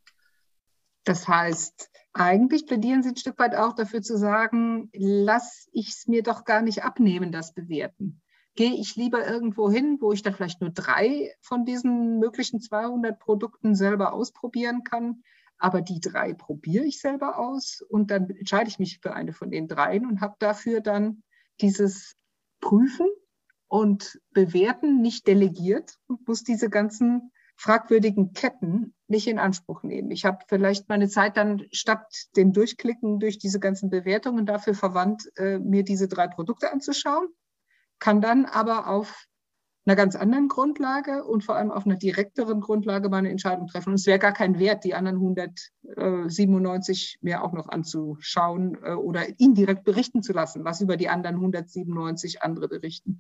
Das heißt, eigentlich plädieren Sie ein Stück weit auch dafür zu sagen, lass ich es mir doch gar nicht abnehmen, das Bewerten. Gehe ich lieber irgendwo hin, wo ich dann vielleicht nur drei von diesen möglichen zweihundert Produkten selber ausprobieren kann, aber die drei probiere ich selber aus und dann entscheide ich mich für eine von den dreien und habe dafür dann dieses Prüfen und Bewerten nicht delegiert und muss diese ganzen fragwürdigen Ketten nicht in Anspruch nehmen. Ich habe vielleicht meine Zeit dann statt dem Durchklicken durch diese ganzen Bewertungen dafür verwandt, äh, mir diese drei Produkte anzuschauen, kann dann aber auf einer ganz anderen Grundlage und vor allem auf einer direkteren Grundlage meine Entscheidung treffen. Und es wäre gar kein Wert, die anderen hundertsiebenundneunzig mir auch noch anzuschauen äh, oder indirekt berichten zu lassen, was über die anderen hundertsiebenundneunzig andere berichten.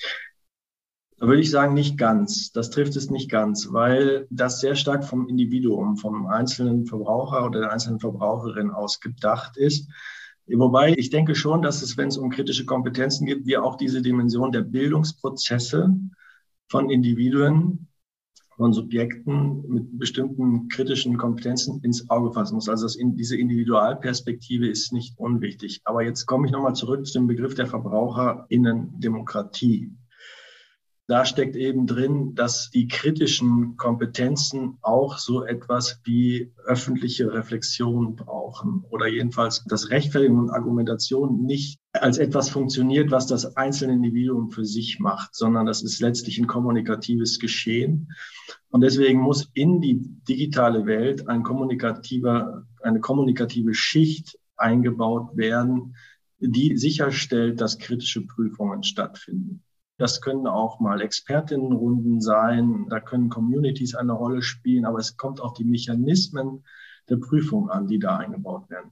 Da würde ich sagen, nicht ganz. Das trifft es nicht ganz, weil das sehr stark vom Individuum, vom einzelnen Verbraucher oder der einzelnen Verbraucherin aus gedacht ist. Wobei ich denke schon, dass es, wenn es um kritische Kompetenzen geht, wir auch diese Dimension der Bildungsprozesse von Individuen, von Subjekten mit bestimmten kritischen Kompetenzen ins Auge fassen muss. Also das, diese Individualperspektive ist nicht unwichtig. Aber jetzt komme ich nochmal zurück zu dem Begriff der VerbraucherInnen-Demokratie. Da steckt eben drin, dass die kritischen Kompetenzen auch so etwas wie öffentliche Reflexion brauchen oder jedenfalls, dass Rechtfertigung und Argumentation nicht als etwas funktioniert, was das einzelne Individuum für sich macht, sondern das ist letztlich ein kommunikatives Geschehen. Und deswegen muss in die digitale Welt ein kommunikativer, eine kommunikative Schicht eingebaut werden, die sicherstellt, dass kritische Prüfungen stattfinden. Das können auch mal Expertinnenrunden sein, da können Communities eine Rolle spielen, aber es kommt auf die Mechanismen der Prüfung an, die da eingebaut werden.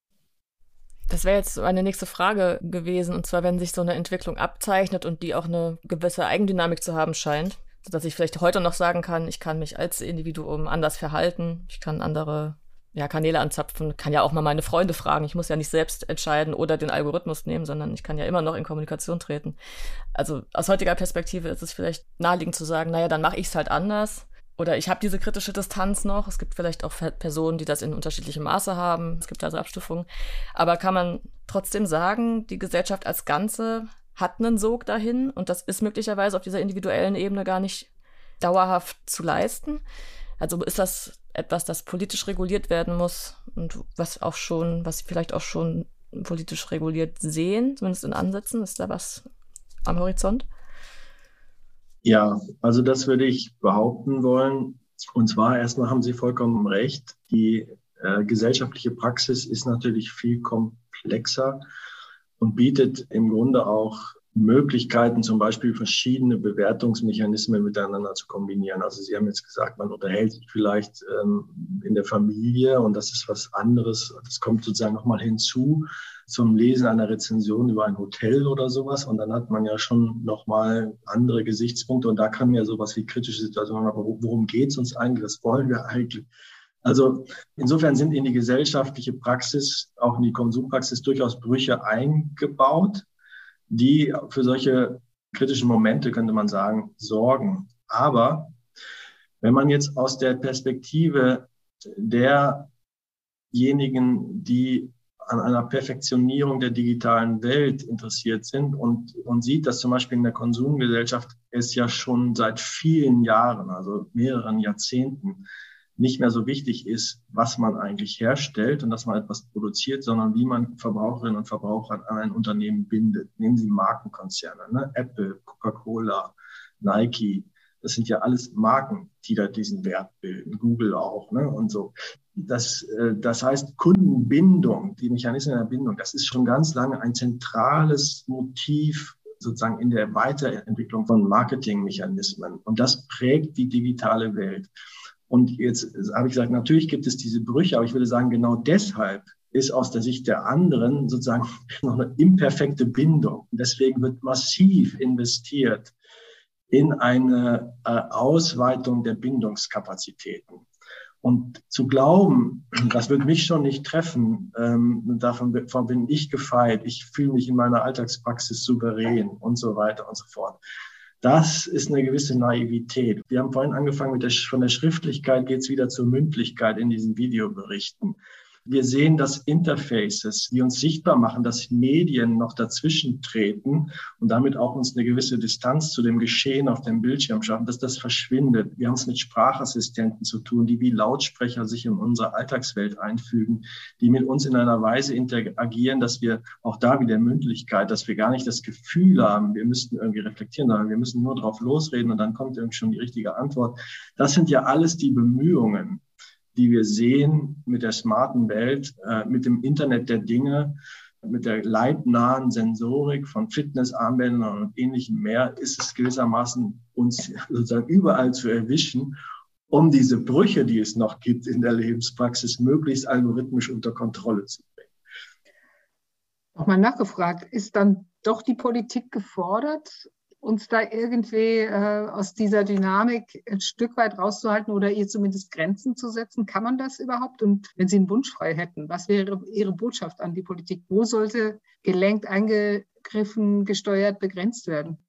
Das wäre jetzt meine nächste Frage gewesen, und zwar, wenn sich so eine Entwicklung abzeichnet und die auch eine gewisse Eigendynamik zu haben scheint, sodass ich vielleicht heute noch sagen kann, ich kann mich als Individuum anders verhalten, ich kann andere ja, Kanäle anzapfen, kann ja auch mal meine Freunde fragen. Ich muss ja nicht selbst entscheiden oder den Algorithmus nehmen, sondern ich kann ja immer noch in Kommunikation treten. Also aus heutiger Perspektive ist es vielleicht naheliegend zu sagen, naja, dann mache ich es halt anders. Oder ich habe diese kritische Distanz noch. Es gibt vielleicht auch Personen, die das in unterschiedlichem Maße haben. Es gibt also Abstufungen. Aber kann man trotzdem sagen, die Gesellschaft als Ganze hat einen Sog dahin und das ist möglicherweise auf dieser individuellen Ebene gar nicht dauerhaft zu leisten? Also ist das etwas, das politisch reguliert werden muss und was auch schon, was Sie vielleicht auch schon politisch reguliert sehen, zumindest in Ansätzen? Ist da was am Horizont? Ja, also das würde ich behaupten wollen. Und zwar erstmal haben Sie vollkommen recht. Die äh, gesellschaftliche Praxis ist natürlich viel komplexer und bietet im Grunde auch Möglichkeiten, zum Beispiel verschiedene Bewertungsmechanismen miteinander zu kombinieren. Also Sie haben jetzt gesagt, man unterhält sich vielleicht ähm, in der Familie und das ist was anderes. Das kommt sozusagen nochmal hinzu zum Lesen einer Rezension über ein Hotel oder sowas. Und dann hat man ja schon nochmal andere Gesichtspunkte. Und da kann ja sowas wie kritische Situationen, aber worum geht es uns eigentlich? Was wollen wir eigentlich? Also insofern sind in die gesellschaftliche Praxis, auch in die Konsumpraxis, durchaus Brüche eingebaut, die für solche kritischen Momente, könnte man sagen, sorgen. Aber wenn man jetzt aus der Perspektive derjenigen, die an einer Perfektionierung der digitalen Welt interessiert sind und, und sieht, dass zum Beispiel in der Konsumgesellschaft es ja schon seit vielen Jahren, also mehreren Jahrzehnten, nicht mehr so wichtig ist, was man eigentlich herstellt und dass man etwas produziert, sondern wie man Verbraucherinnen und Verbraucher an ein Unternehmen bindet. Nehmen Sie Markenkonzerne, ne? Apple, Coca-Cola, Nike. Das sind ja alles Marken, die da diesen Wert bilden. Google auch, ne? Und so. Das, das heißt, Kundenbindung, die Mechanismen der Bindung, das ist schon ganz lange ein zentrales Motiv sozusagen in der Weiterentwicklung von Marketingmechanismen. Und das prägt die digitale Welt. Und jetzt habe ich gesagt, natürlich gibt es diese Brüche, aber ich würde sagen, genau deshalb ist aus der Sicht der anderen sozusagen noch eine imperfekte Bindung. Und deswegen wird massiv investiert in eine äh, Ausweitung der Bindungskapazitäten. Und zu glauben, das wird mich schon nicht treffen, ähm, davon, davon bin ich gefeit, ich fühle mich in meiner Alltagspraxis souverän und so weiter und so fort. Das ist eine gewisse Naivität. Wir haben vorhin angefangen, mit der, von der Schriftlichkeit geht es wieder zur Mündlichkeit in diesen Videoberichten. Wir sehen, dass Interfaces, die uns sichtbar machen, dass Medien noch dazwischen treten und damit auch uns eine gewisse Distanz zu dem Geschehen auf dem Bildschirm schaffen, dass das verschwindet. Wir haben es mit Sprachassistenten zu tun, die wie Lautsprecher sich in unsere Alltagswelt einfügen, die mit uns in einer Weise interagieren, dass wir auch da wieder Mündlichkeit, dass wir gar nicht das Gefühl haben, wir müssten irgendwie reflektieren, sondern wir müssen nur drauf losreden und dann kommt irgendwie schon die richtige Antwort. Das sind ja alles die Bemühungen, die wir sehen mit der smarten Welt, äh, mit dem Internet der Dinge, mit der leibnahen Sensorik von Fitnessarmbändern und ähnlichem mehr, ist es gewissermaßen uns sozusagen überall zu erwischen, um diese Brüche, die es noch gibt in der Lebenspraxis, möglichst algorithmisch unter Kontrolle zu bringen. Nochmal nachgefragt, ist dann doch die Politik gefordert, uns da irgendwie äh, aus dieser Dynamik ein Stück weit rauszuhalten oder ihr zumindest Grenzen zu setzen? Kann man das überhaupt? Und wenn Sie einen Wunsch frei hätten, was wäre Ihre Botschaft an die Politik? Wo sollte gelenkt, eingegriffen, gesteuert, begrenzt werden?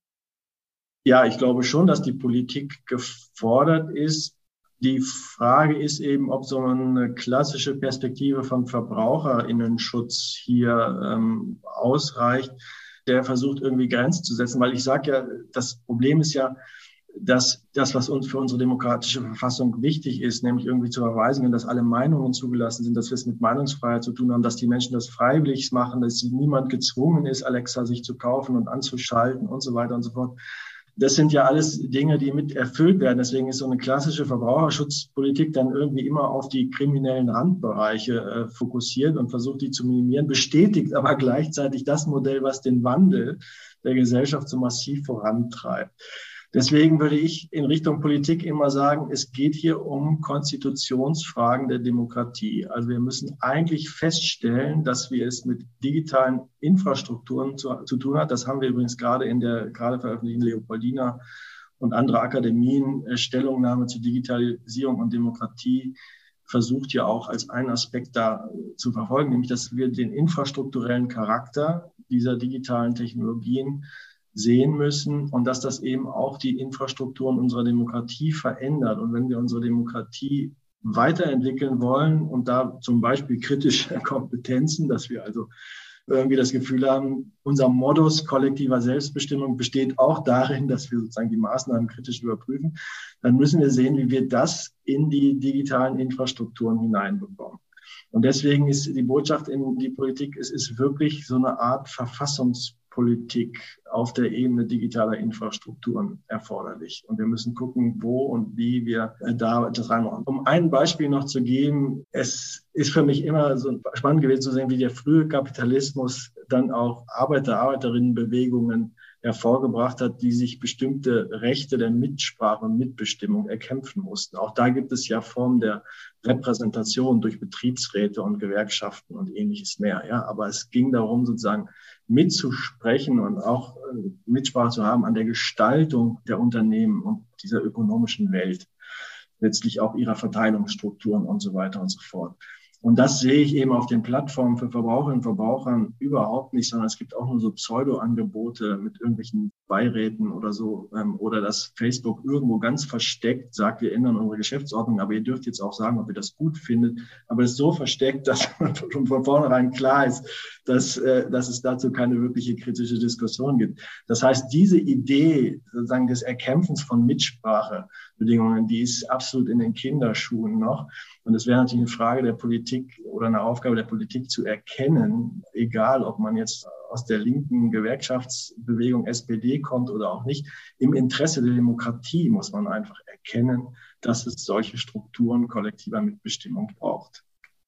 Ja, ich glaube schon, dass die Politik gefordert ist. Die Frage ist eben, ob so eine klassische Perspektive von VerbraucherInnenschutz hier ähm, ausreicht, der versucht, irgendwie Grenzen zu setzen. Weil ich sage ja, das Problem ist ja, dass das, was uns für unsere demokratische Verfassung wichtig ist, nämlich irgendwie zu erweisen, dass alle Meinungen zugelassen sind, dass wir es mit Meinungsfreiheit zu tun haben, dass die Menschen das freiwillig machen, dass niemand gezwungen ist, Alexa sich zu kaufen und anzuschalten und so weiter und so fort. Das sind ja alles Dinge, die mit erfüllt werden. Deswegen ist so eine klassische Verbraucherschutzpolitik dann irgendwie immer auf die kriminellen Randbereiche äh, fokussiert und versucht, die zu minimieren, bestätigt aber gleichzeitig das Modell, was den Wandel der Gesellschaft so massiv vorantreibt. Deswegen würde ich in Richtung Politik immer sagen, es geht hier um Konstitutionsfragen der Demokratie. Also wir müssen eigentlich feststellen, dass wir es mit digitalen Infrastrukturen zu, zu tun haben. Das haben wir übrigens gerade in der gerade veröffentlichten Leopoldina und andere Akademien äh, Stellungnahme zur Digitalisierung und Demokratie versucht ja auch als einen Aspekt da zu verfolgen, nämlich dass wir den infrastrukturellen Charakter dieser digitalen Technologien sehen müssen und dass das eben auch die Infrastrukturen unserer Demokratie verändert. Und wenn wir unsere Demokratie weiterentwickeln wollen und da zum Beispiel kritische Kompetenzen, dass wir also irgendwie das Gefühl haben, unser Modus kollektiver Selbstbestimmung besteht auch darin, dass wir sozusagen die Maßnahmen kritisch überprüfen, dann müssen wir sehen, wie wir das in die digitalen Infrastrukturen hineinbekommen. Und deswegen ist die Botschaft in die Politik, es ist wirklich so eine Art Verfassungspolitik auf der Ebene digitaler Infrastrukturen erforderlich. Und wir müssen gucken, wo und wie wir da das reinmachen. Um ein Beispiel noch zu geben, es ist für mich immer so spannend gewesen zu sehen, wie der frühe Kapitalismus dann auch Arbeiter-Arbeiterinnenbewegungen hervorgebracht hat, die sich bestimmte Rechte der Mitsprache und Mitbestimmung erkämpfen mussten. Auch da gibt es ja Formen der Repräsentation durch Betriebsräte und Gewerkschaften und ähnliches mehr. Ja, aber es ging darum, sozusagen mitzusprechen und auch Mitsprache zu haben an der Gestaltung der Unternehmen und dieser ökonomischen Welt, letztlich auch ihrer Verteilungsstrukturen und so weiter und so fort. Und das sehe ich eben auf den Plattformen für Verbraucherinnen und Verbrauchern überhaupt nicht, sondern es gibt auch nur so Pseudo-Angebote mit irgendwelchen Beiräten oder so, ähm, oder dass Facebook irgendwo ganz versteckt sagt, wir ändern unsere Geschäftsordnung, aber ihr dürft jetzt auch sagen, ob ihr das gut findet. Aber es ist so versteckt, dass schon von vornherein klar ist, dass, äh, dass es dazu keine wirkliche kritische Diskussion gibt. Das heißt, diese Idee sozusagen des Erkämpfens von Mitsprachebedingungen, die ist absolut in den Kinderschuhen noch. Und es wäre natürlich eine Frage der Politik oder eine Aufgabe der Politik zu erkennen, egal ob man jetzt aus der linken Gewerkschaftsbewegung S P D kommt oder auch nicht, im Interesse der Demokratie muss man einfach erkennen, dass es solche Strukturen kollektiver Mitbestimmung braucht.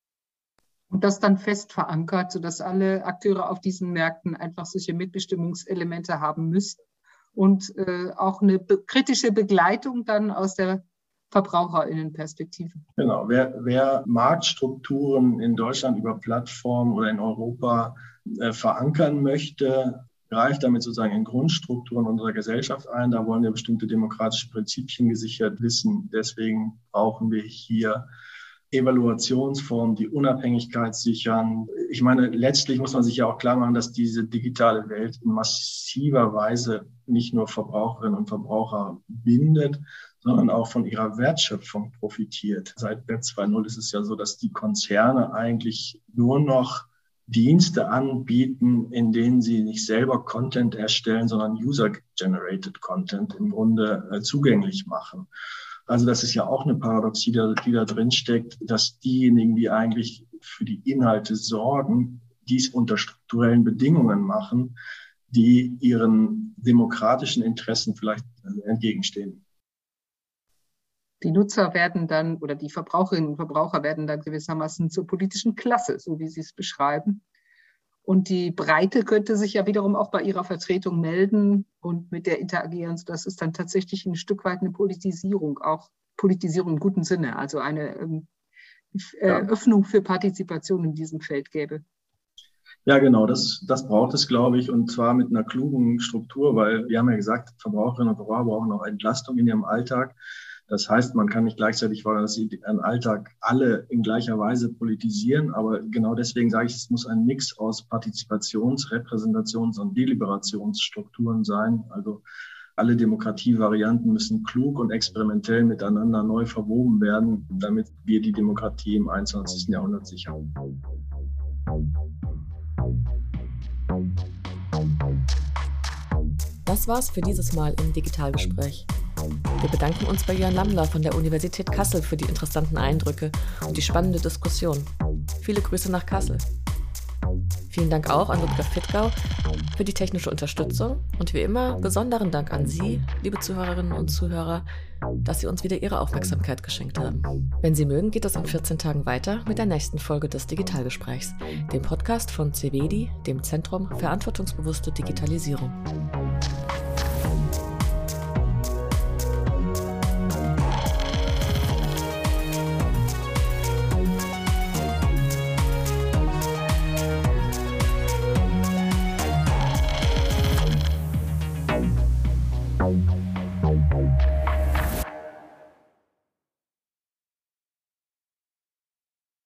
Und das dann fest verankert, sodass alle Akteure auf diesen Märkten einfach solche Mitbestimmungselemente haben müssen und äh, auch eine be- kritische Begleitung dann aus der VerbraucherInnenperspektive. Genau. Wer, wer Marktstrukturen in Deutschland über Plattformen oder in Europa äh, verankern möchte, greift damit sozusagen in Grundstrukturen unserer Gesellschaft ein. Da wollen wir bestimmte demokratische Prinzipien gesichert wissen. Deswegen brauchen wir hier Evaluationsformen, die Unabhängigkeit sichern. Ich meine, letztlich muss man sich ja auch klar machen, dass diese digitale Welt in massiver Weise nicht nur Verbraucherinnen und Verbraucher bindet, sondern auch von ihrer Wertschöpfung profitiert. Seit Web zwei Punkt null ist es ja so, dass die Konzerne eigentlich nur noch Dienste anbieten, in denen sie nicht selber Content erstellen, sondern User-Generated Content im Grunde äh, zugänglich machen. Also das ist ja auch eine Paradoxie, die, die da drin steckt, dass diejenigen, die eigentlich für die Inhalte sorgen, dies unter strukturellen Bedingungen machen, die ihren demokratischen Interessen vielleicht entgegenstehen. Die Nutzer werden dann, oder die Verbraucherinnen und Verbraucher werden dann gewissermaßen zur politischen Klasse, so wie Sie es beschreiben. Und die Breite könnte sich ja wiederum auch bei ihrer Vertretung melden und mit der interagieren, sodass es dann tatsächlich ein Stück weit eine Politisierung, auch Politisierung im guten Sinne, also eine ähm, ja. Öffnung für Partizipation in diesem Feld gäbe. Ja, genau, das, das braucht es, glaube ich, und zwar mit einer klugen Struktur, weil wir haben ja gesagt, Verbraucherinnen und Verbraucher brauchen auch Entlastung in ihrem Alltag. Das heißt, man kann nicht gleichzeitig fordern, dass sie den Alltag alle in gleicher Weise politisieren. Aber genau deswegen sage ich, es muss ein Mix aus Partizipations-, Repräsentations- und Deliberationsstrukturen sein. Also alle Demokratievarianten müssen klug und experimentell miteinander neu verwoben werden, damit wir die Demokratie im einundzwanzigsten Jahrhundert sichern. Das war's für dieses Mal im Digitalgespräch. Wir bedanken uns bei Jörn Lammler von der Universität Kassel für die interessanten Eindrücke und die spannende Diskussion. Viele Grüße nach Kassel. Vielen Dank auch an Ludger Fittgau für die technische Unterstützung und wie immer besonderen Dank an Sie, liebe Zuhörerinnen und Zuhörer, dass Sie uns wieder Ihre Aufmerksamkeit geschenkt haben. Wenn Sie mögen, geht es in vierzehn Tagen weiter mit der nächsten Folge des Digitalgesprächs, dem Podcast von CEVEDI, dem Zentrum Verantwortungsbewusste Digitalisierung. Bye.